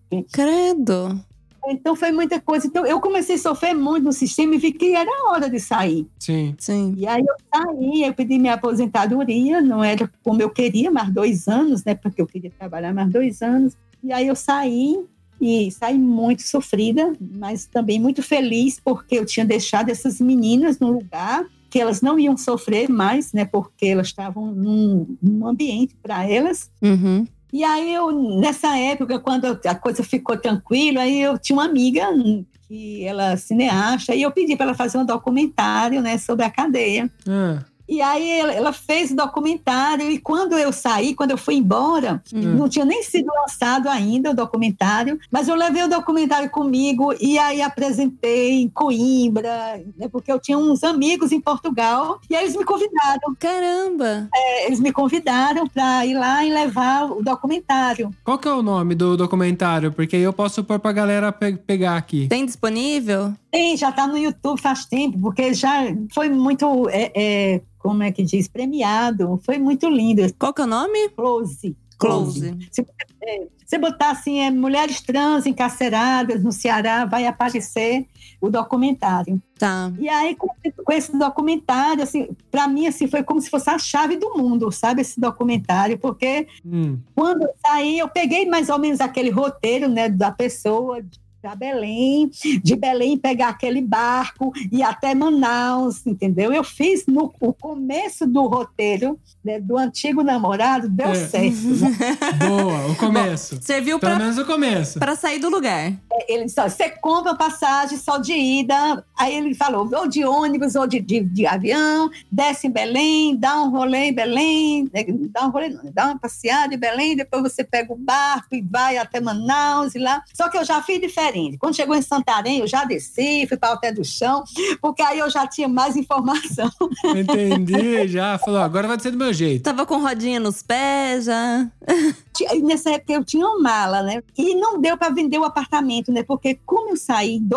Credo! Então, foi muita coisa. Então, eu comecei a sofrer muito no sistema e vi que era hora de sair. Sim. E aí, eu saí, eu pedi minha aposentadoria, não era como eu queria, mais 2 anos, né? Porque eu queria trabalhar mais 2 anos. E aí, eu saí. E saí muito sofrida, mas também muito feliz, porque eu tinha deixado essas meninas num lugar que elas não iam sofrer mais, né? Porque elas estavam num ambiente para elas. Uhum. E aí, nessa época, quando a coisa ficou tranquila, aí eu tinha uma amiga que ela é cineasta, e eu pedi para ela fazer um documentário, né, sobre a cadeia. E aí ela fez o documentário, e quando eu saí, quando eu fui embora, não tinha nem sido lançado ainda o documentário, mas eu levei o documentário comigo e aí apresentei em Coimbra, né, porque eu tinha uns amigos em Portugal, e aí eles me convidaram. Caramba! Eles me convidaram para ir lá e levar o documentário. Qual que é o nome do documentário? Porque aí eu posso pôr pra galera pegar aqui. Tem disponível? Tem, já tá no YouTube faz tempo, porque já foi muito, como é que diz, premiado. Foi muito lindo. Qual que é o nome? Close. Se você botar assim, mulheres trans encarceradas no Ceará, vai aparecer o documentário. Tá. E aí, com esse documentário, assim, para mim, assim, foi como se fosse a chave do mundo, sabe? Esse documentário, porque quando eu saí, eu peguei mais ou menos aquele roteiro, né, da pessoa para Belém, de Belém pegar aquele barco e até Manaus, entendeu? Eu fiz o começo do roteiro, né, do antigo namorado, deu certo. Né? Boa, o começo. Bom, serviu pelo menos o começo. Para sair do lugar. Ele disse, você compra passagem só de ida, aí ele falou, ou de ônibus ou de avião, desce em Belém, dá um rolê em Belém, dá uma passeada em Belém, depois você pega o barco e vai até Manaus e lá. Só que eu já fiz diferente. Quando chegou em Santarém, eu já desci, fui para o Alter do Chão, porque aí eu já tinha mais informação. Entendi, já. Falou, agora vai ser do meu jeito. Tava com rodinha nos pés, já. Nessa época eu tinha uma mala, né? E não deu para vender o apartamento, né? Porque como eu saí em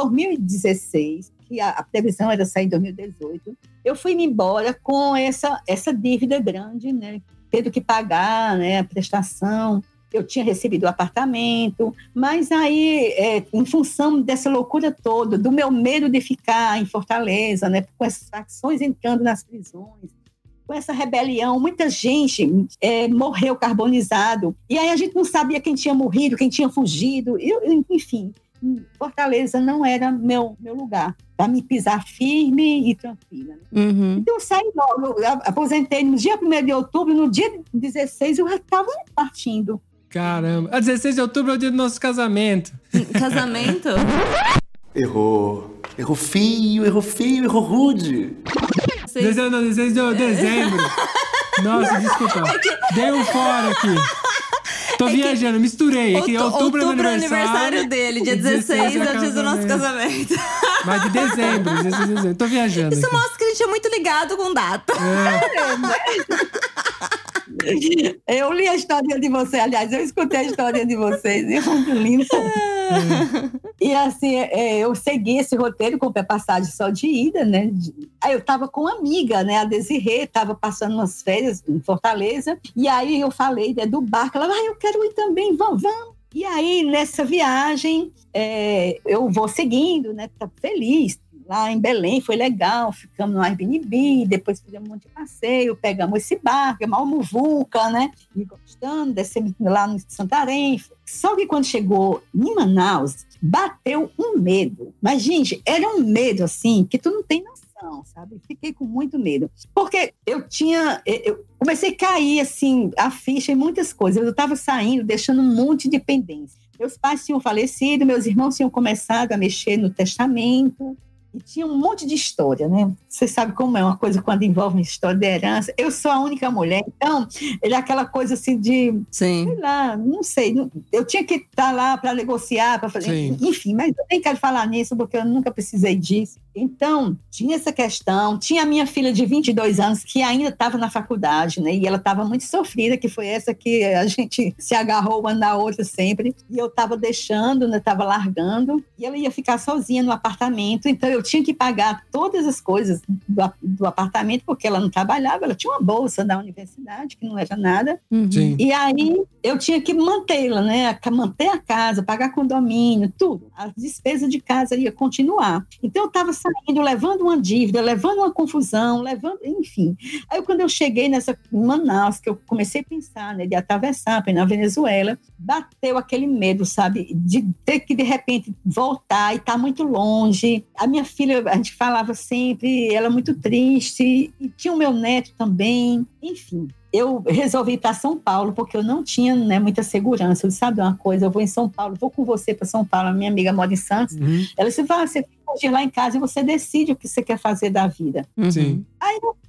2016, que a previsão era sair em 2018, eu fui embora com essa dívida grande, né? Tendo que pagar, né, a prestação. Eu tinha recebido o apartamento, mas aí, em função dessa loucura toda, do meu medo de ficar em Fortaleza, né, com essas facções entrando nas prisões, com essa rebelião, muita gente morreu carbonizado, e aí a gente não sabia quem tinha morrido, quem tinha fugido, enfim, Fortaleza não era meu lugar, para me pisar firme e tranquila. Uhum. Então eu saí logo, eu aposentei no dia 1º de outubro, no dia 16 eu já estava partindo. Caramba. A 16 de outubro é o dia do nosso casamento. Casamento? Errou. Errou feio, errou rude. 16 de dezembro. Nossa, desculpa. Dei um fora aqui. Tô viajando, misturei. Aqui, outubro é meu aniversário dele. Dia 16 é o dia do nosso casamento. Mas de dezembro, 16 de dezembro. Tô viajando. Isso aqui. mostra que a gente é muito ligado com data. Eu li a história de vocês, aliás, eu escutei a história de vocês, é muito lindo. E assim, eu segui esse roteiro, comprei a passagem só de ida, né? Aí eu tava com uma amiga, né? A Desirê, tava passando umas férias em Fortaleza, e aí eu falei, né, do barco, ela, eu quero ir também, vamos. E aí, nessa viagem, eu vou seguindo, né? Tá feliz. Lá em Belém foi legal, ficamos no Airbnb, depois fizemos um monte de passeio, pegamos esse barco, é uma muvuca, né? E gostando, descemos lá no Santarém. Só que quando chegou em Manaus, bateu um medo. Mas, gente, era um medo, assim, que tu não tem noção, sabe? Fiquei com muito medo. Porque eu comecei a cair, assim, a ficha em muitas coisas. Eu estava saindo, deixando um monte de pendência. Meus pais tinham falecido, meus irmãos tinham começado a mexer no testamento. E tinha um monte de história, né? Você sabe como é uma coisa quando envolve uma história de herança. Eu sou a única mulher, então, ele é aquela coisa assim de... Sim. Sei lá, não sei. Eu tinha que estar lá para negociar, para fazer... Sim. Enfim, mas eu nem quero falar nisso, porque eu nunca precisei disso. Então, tinha essa questão. Tinha a minha filha de 22 anos, que ainda estava na faculdade, né? E ela estava muito sofrida, que foi essa que a gente se agarrou uma na outra sempre. E eu estava deixando, né? Estava largando. E ela ia ficar sozinha no apartamento. Então, eu tinha que pagar todas as coisas do apartamento, porque ela não trabalhava. Ela tinha uma bolsa da universidade, que não era nada. Uhum. Sim. E aí, eu tinha que mantê-la, né? Manter a casa, pagar condomínio, tudo. A despesa de casa ia continuar. Então, eu estava saindo, levando uma dívida, levando uma confusão, enfim. Aí, quando eu cheguei em Manaus, que eu comecei a pensar, né, de atravessar para ir na Venezuela, bateu aquele medo, sabe? De ter que, de repente, voltar e estar muito longe. A minha filha, a gente falava sempre, ela muito triste, e tinha o meu neto também, enfim. Eu resolvi ir para São Paulo, porque eu não tinha, né, muita segurança. Eu disse, sabe uma coisa, eu vou em São Paulo, vou com você para São Paulo. A minha amiga mora em Santos. Ela disse, você fica lá em casa e você decide o que você quer fazer da vida. Sim. Aí eu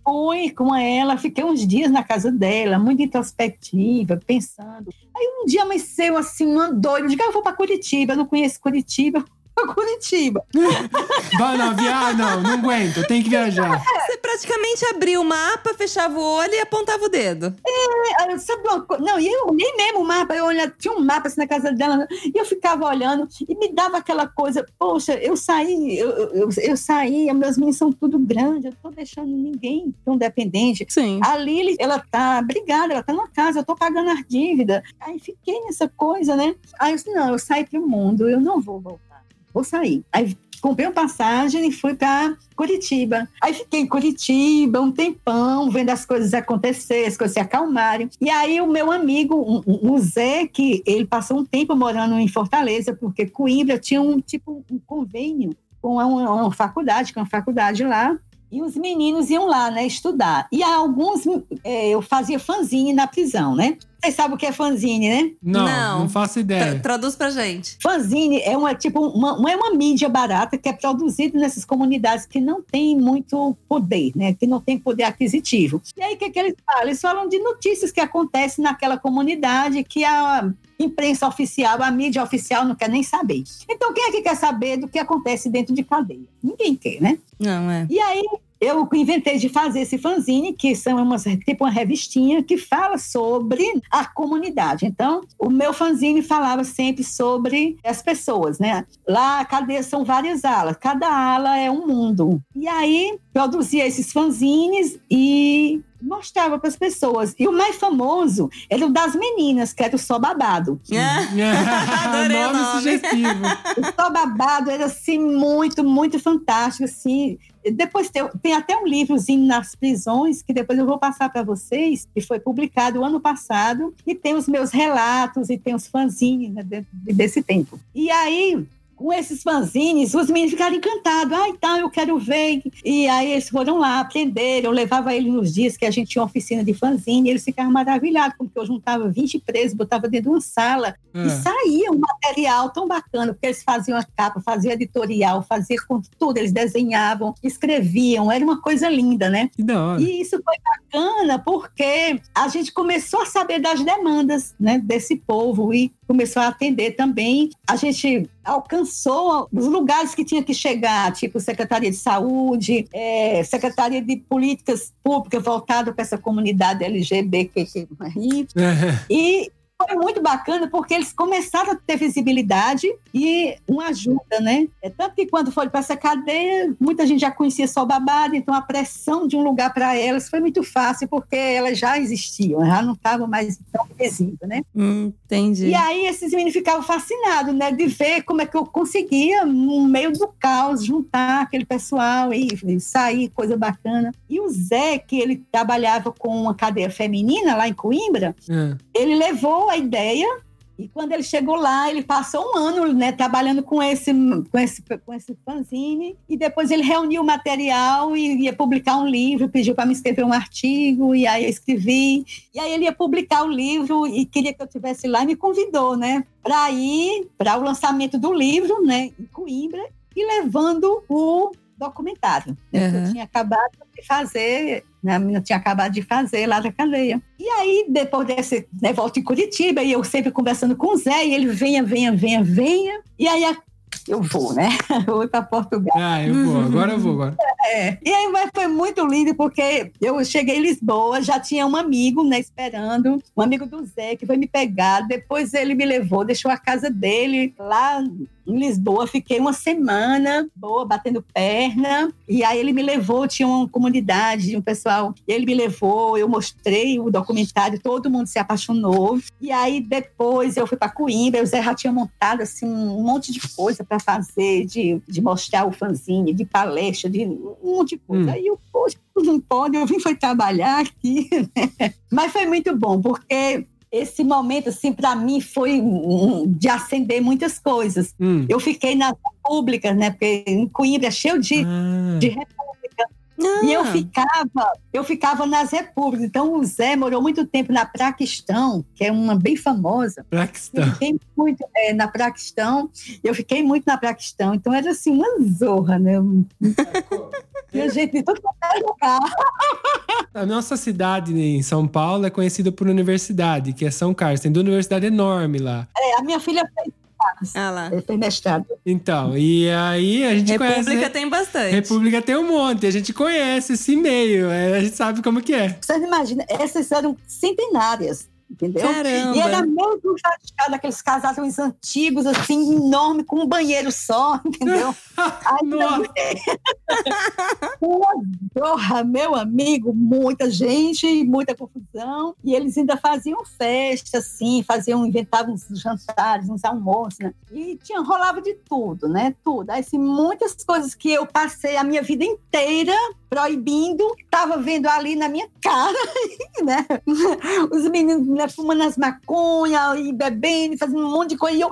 fui com ela, fiquei uns dias na casa dela, muito introspectiva, pensando. Aí um dia amanheceu assim, uma doida. Eu digo, eu vou para Curitiba, eu não conheço Curitiba. Para Curitiba. Vai não, não aguento, eu tenho que viajar. Você praticamente abriu o mapa, fechava o olho e apontava o dedo. Sabe uma coisa? Não, e eu nem mesmo o mapa, eu olhava, tinha um mapa assim na casa dela, e eu ficava olhando, e me dava aquela coisa, poxa, eu saí, meus meninos são tudo grandes, eu não tô deixando ninguém tão dependente. Sim. A Lili, ela tá brigada, ela tá numa casa, eu tô pagando as dívidas. Aí fiquei nessa coisa, né? Aí eu disse, não, eu saí pro mundo, eu não vou voltar. Vou sair. Aí comprei uma passagem e fui para Curitiba. Aí fiquei em Curitiba um tempão, vendo as coisas acontecerem, as coisas se acalmarem. E aí o meu amigo, o Zé, que ele passou um tempo morando em Fortaleza, porque Coimbra tinha um convênio com uma faculdade lá. E os meninos iam lá, né, estudar. E alguns, eu fazia fanzine na prisão, né? Vocês sabem o que é fanzine, né? Não faço ideia. Traduz pra gente. Fanzine é uma mídia barata que é produzida nessas comunidades que não tem muito poder, né? Que não tem poder aquisitivo. E aí, o que eles falam? Eles falam de notícias que acontecem naquela comunidade que a imprensa oficial, a mídia oficial não quer nem saber. Então, quem é que quer saber do que acontece dentro de cadeia? Ninguém quer, né? Não, é. E aí, eu inventei de fazer esse fanzine, que são uma revistinha que fala sobre a comunidade. Então, o meu fanzine falava sempre sobre as pessoas, né? Lá, a cadeia são várias alas. Cada ala é um mundo. E aí, produzia esses fanzines e mostrava para as pessoas. E o mais famoso era o das meninas, que era o Só Babado. Adorei o nome. Sugestivo. O Só Babado era, assim, muito, muito fantástico, assim. Depois tem até um livrozinho nas prisões, que depois eu vou passar para vocês, que foi publicado ano passado, e tem os meus relatos, e tem os fanzines, né, desse tempo. E aí, com esses fanzines, os meninos ficaram encantados. Então, eu quero ver. E aí, eles foram lá, aprenderam. Eu levava eles nos dias que a gente tinha uma oficina de fanzine. E eles ficaram maravilhados, porque eu juntava 20 presos, botava dentro de uma sala. E saía um material tão bacana, porque eles faziam a capa, faziam editorial, faziam com tudo. Eles desenhavam, escreviam. Era uma coisa linda, né? Que da hora. E isso foi bacana, porque a gente começou a saber das demandas, né, desse povo e começou a atender também. A gente alcançou os lugares que tinha que chegar, tipo Secretaria de Saúde, Secretaria de Políticas Públicas voltada para essa comunidade LGBTQI. E foi muito bacana porque eles começaram a ter visibilidade e uma ajuda, né? Tanto que quando foram para essa cadeia, muita gente já conhecia Só Babado, então a pressão de um lugar para elas foi muito fácil porque elas já existiam, já não estavam mais tão visíveis, né? Entendi. E aí esses meninos ficavam fascinados, né? De ver como é que eu conseguia, no meio do caos, juntar aquele pessoal e sair, coisa bacana. E o Zé, que ele trabalhava com uma cadeia feminina lá em Coimbra, ele levou a ideia e quando ele chegou lá, ele passou um ano, né, trabalhando com esse fanzine e depois ele reuniu o material e ia publicar um livro, pediu para me escrever um artigo e aí eu escrevi. E aí ele ia publicar o livro e queria que eu estivesse lá e me convidou, né, para ir para o lançamento do livro, né, em Coimbra e levando o documentário, né, que eu tinha acabado de fazer. A menina tinha acabado de fazer lá da cadeia. E aí, depois desse, né, volta em Curitiba, e eu sempre conversando com o Zé, e ele venha. E aí, eu vou, né? Eu vou para Portugal. Eu vou, agora eu vou. E aí foi muito lindo, porque eu cheguei em Lisboa, já tinha um amigo, né, esperando, um amigo do Zé, que foi me pegar. Depois ele me levou, deixou a casa dele lá em Lisboa, fiquei uma semana boa, batendo perna, e aí ele me levou, tinha uma comunidade, um pessoal, e ele me levou, eu mostrei o documentário, todo mundo se apaixonou, e aí depois eu fui para Coimbra, o Zé já tinha montado assim, um monte de coisa para fazer, de mostrar o fanzine, de palestra, de um monte de coisa. Aí eu, poxa, não pode, eu vim foi trabalhar aqui, né? Mas foi muito bom, porque esse momento, assim, para mim, foi de acender muitas coisas. Eu fiquei nas repúblicas, né? Porque em Coimbra é cheio de república. E eu ficava nas repúblicas. Então, o Zé morou muito tempo na Praquistão, que é uma bem famosa. Praquistão. Eu fiquei muito na Praquistão. Eu fiquei muito na Praquistão. Então, era assim, uma zorra, né? Minha gente, de tudo quanto é lugar. A nossa cidade em São Paulo é conhecida por universidade, que é São Carlos. Tem duas universidades enormes lá. A minha filha fez lá. Ele fez mestrado. Então, e aí a gente conhece... República tem bastante. República tem um monte. A gente conhece esse meio. A gente sabe como que é. Vocês imaginam, essas eram centenárias. Entendeu? Caramba. E era mesmo daqueles casarões antigos, assim, enorme, com um banheiro só, entendeu? Nossa. Uma zorra, meu amigo, muita gente, muita confusão. E eles ainda faziam festa, assim, inventavam uns jantares, uns almoços, né? E rolava de tudo, né? Tudo. Aí, assim, muitas coisas que eu passei a minha vida inteira proibindo, estava vendo ali na minha cara, né? Os meninos, né, fumando as maconhas e bebendo, fazendo um monte de coisa.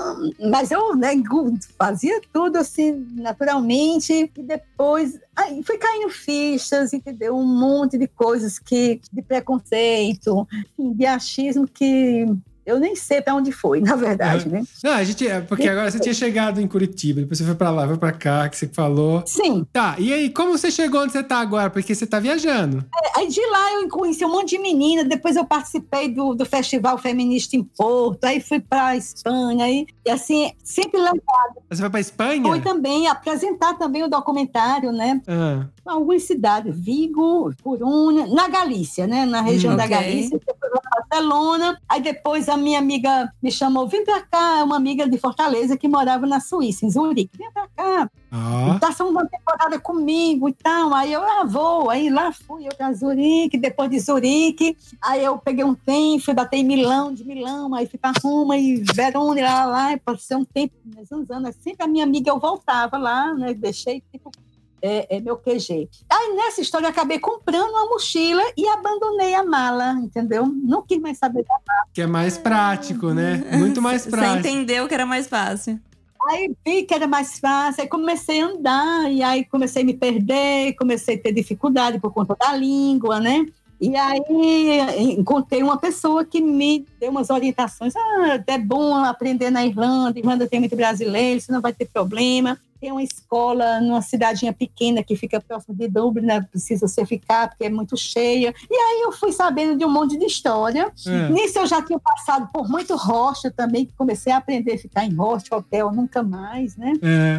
Mas eu, né, fazia tudo assim, naturalmente. E depois fui caindo fichas, entendeu? Um monte de coisas de preconceito, enfim, de achismo que eu nem sei pra onde foi, na verdade, né? Não, porque agora você tinha chegado em Curitiba, depois você foi pra lá, foi pra cá, que você falou. Sim. Tá, e aí, como você chegou onde você tá agora? Porque você tá viajando. Aí de lá eu conheci um monte de menina, depois eu participei do Festival Feminista em Porto, aí fui pra Espanha, e assim, sempre lembrado. Você foi pra Espanha? Fui também apresentar também o documentário, né? Algumas cidades, Vigo, Corunha, na Galícia, né? Na região da Galícia, depois pra Barcelona, aí depois a minha amiga me chamou, vem pra cá, uma amiga de Fortaleza que morava na Suíça, em Zurique, vem pra cá, passa uma temporada comigo e tal, aí eu vou, aí lá fui eu pra Zurique, depois de Zurique, aí eu peguei um trem, fui bater em Milão, de Milão, aí fui pra Roma e Verona, e lá, passei um tempo, uns anos, sempre a minha amiga eu voltava lá, né, deixei tipo meu QG. Aí nessa história eu acabei comprando uma mochila e abandonei a mala, entendeu? Não quis mais saber da mala. Que é mais prático, né? Muito mais prático. Você entendeu que era mais fácil. Aí vi que era mais fácil, aí comecei a andar, e aí comecei a me perder, comecei a ter dificuldade por conta da língua, né? E aí encontrei uma pessoa que me deu umas orientações. É bom aprender na Irlanda, Irlanda tem muito brasileiro, você não vai ter problema. Tem uma escola numa cidadinha pequena que fica próximo de Dublin, né? Precisa você ficar porque é muito cheia. E aí eu fui sabendo de um monte de história. Nisso eu já tinha passado por muito hostel também, que comecei a aprender a ficar em hostel, hotel, nunca mais, né?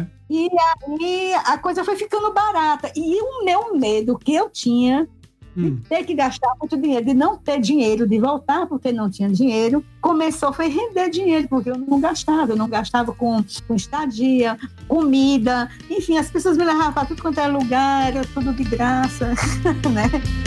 E aí a coisa foi ficando barata. E o meu medo que eu tinha de ter que gastar muito dinheiro, de não ter dinheiro, de voltar porque não tinha dinheiro, começou a render dinheiro, porque eu não gastava com estadia, comida, enfim, as pessoas me levavam para tudo quanto é lugar, era tudo de graça, né?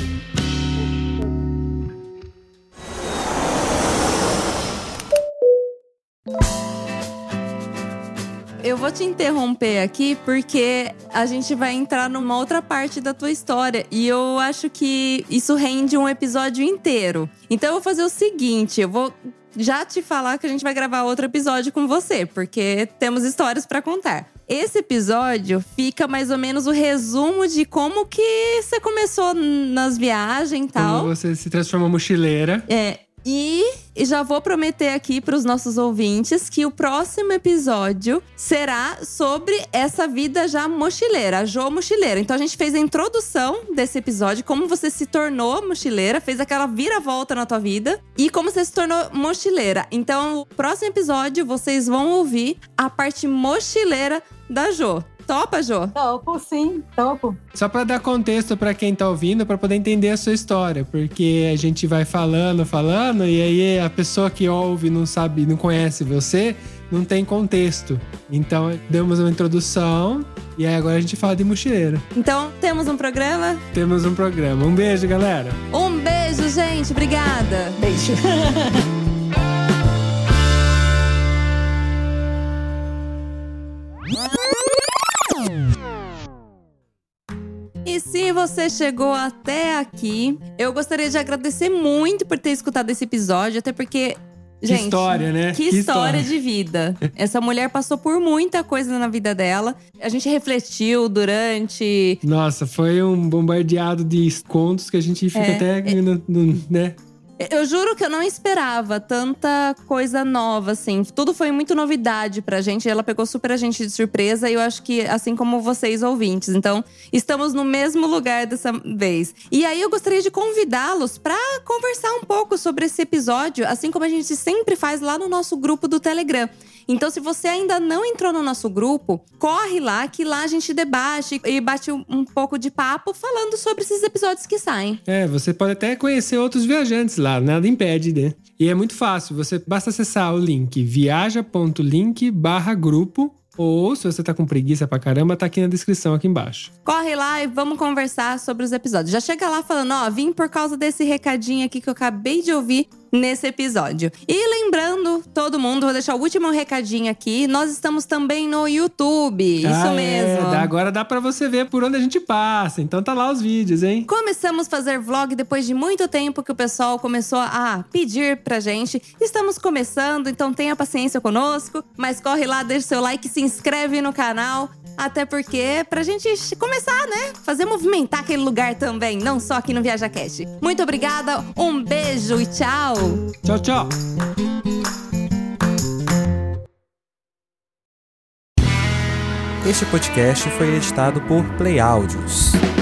Eu vou te interromper aqui porque a gente vai entrar numa outra parte da tua história e eu acho que isso rende um episódio inteiro. Então eu vou fazer o seguinte, eu vou já te falar que a gente vai gravar outro episódio com você, porque temos histórias pra contar. Esse episódio fica mais ou menos o resumo de como que você começou nas viagens e tal. Como você se transformou mochileira. E já vou prometer aqui para os nossos ouvintes que o próximo episódio será sobre essa vida já mochileira, a Jo mochileira. Então a gente fez a introdução desse episódio, como você se tornou mochileira, fez aquela viravolta na tua vida e como você se tornou mochileira. Então o próximo episódio vocês vão ouvir a parte mochileira da Jo. Topa, Jo? Topo, sim, topo. Só pra dar contexto pra quem tá ouvindo, pra poder entender a sua história. Porque a gente vai falando, e aí a pessoa que ouve não sabe, não conhece você, não tem contexto. Então, demos uma introdução e aí agora a gente fala de mochileira. Então, temos um programa? Temos um programa. Um beijo, galera. Um beijo, gente. Obrigada. Beijo. E se você chegou até aqui, eu gostaria de agradecer muito por ter escutado esse episódio, até porque, gente, que história, né? Que história de vida. Essa mulher passou por muita coisa na vida dela. A gente refletiu durante… Nossa, foi um bombardeado de contos que a gente fica até… né? Eu juro que eu não esperava tanta coisa nova, assim. Tudo foi muito novidade pra gente. Ela pegou super a gente de surpresa. E eu acho que, assim como vocês, ouvintes. Então, estamos no mesmo lugar dessa vez. E aí, eu gostaria de convidá-los pra conversar um pouco sobre esse episódio. Assim como a gente sempre faz lá no nosso grupo do Telegram. Então, se você ainda não entrou no nosso grupo, corre lá, que lá a gente debate e bate um pouco de papo falando sobre esses episódios que saem. Você pode até conhecer outros viajantes lá, nada impede, né? E é muito fácil, basta acessar o link viaja.link/grupo. Ou, se você tá com preguiça pra caramba, tá aqui na descrição, aqui embaixo. Corre lá e vamos conversar sobre os episódios. Já chega lá falando, vim por causa desse recadinho aqui que eu acabei de ouvir nesse episódio. E lembrando, todo mundo, vou deixar o último recadinho aqui. Nós estamos também no YouTube, isso mesmo. Agora dá pra você ver por onde a gente passa. Então tá lá os vídeos, hein? Começamos a fazer vlog depois de muito tempo que o pessoal começou a pedir pra gente. Estamos começando, então tenha paciência conosco. Mas corre lá, deixa o seu like, se inscreve no canal. Até porque, pra gente começar, né? Fazer movimentar aquele lugar também, não só aqui no ViajaCast. Muito obrigada, um beijo e tchau! Tchau, tchau! Este podcast foi editado por Play Áudios.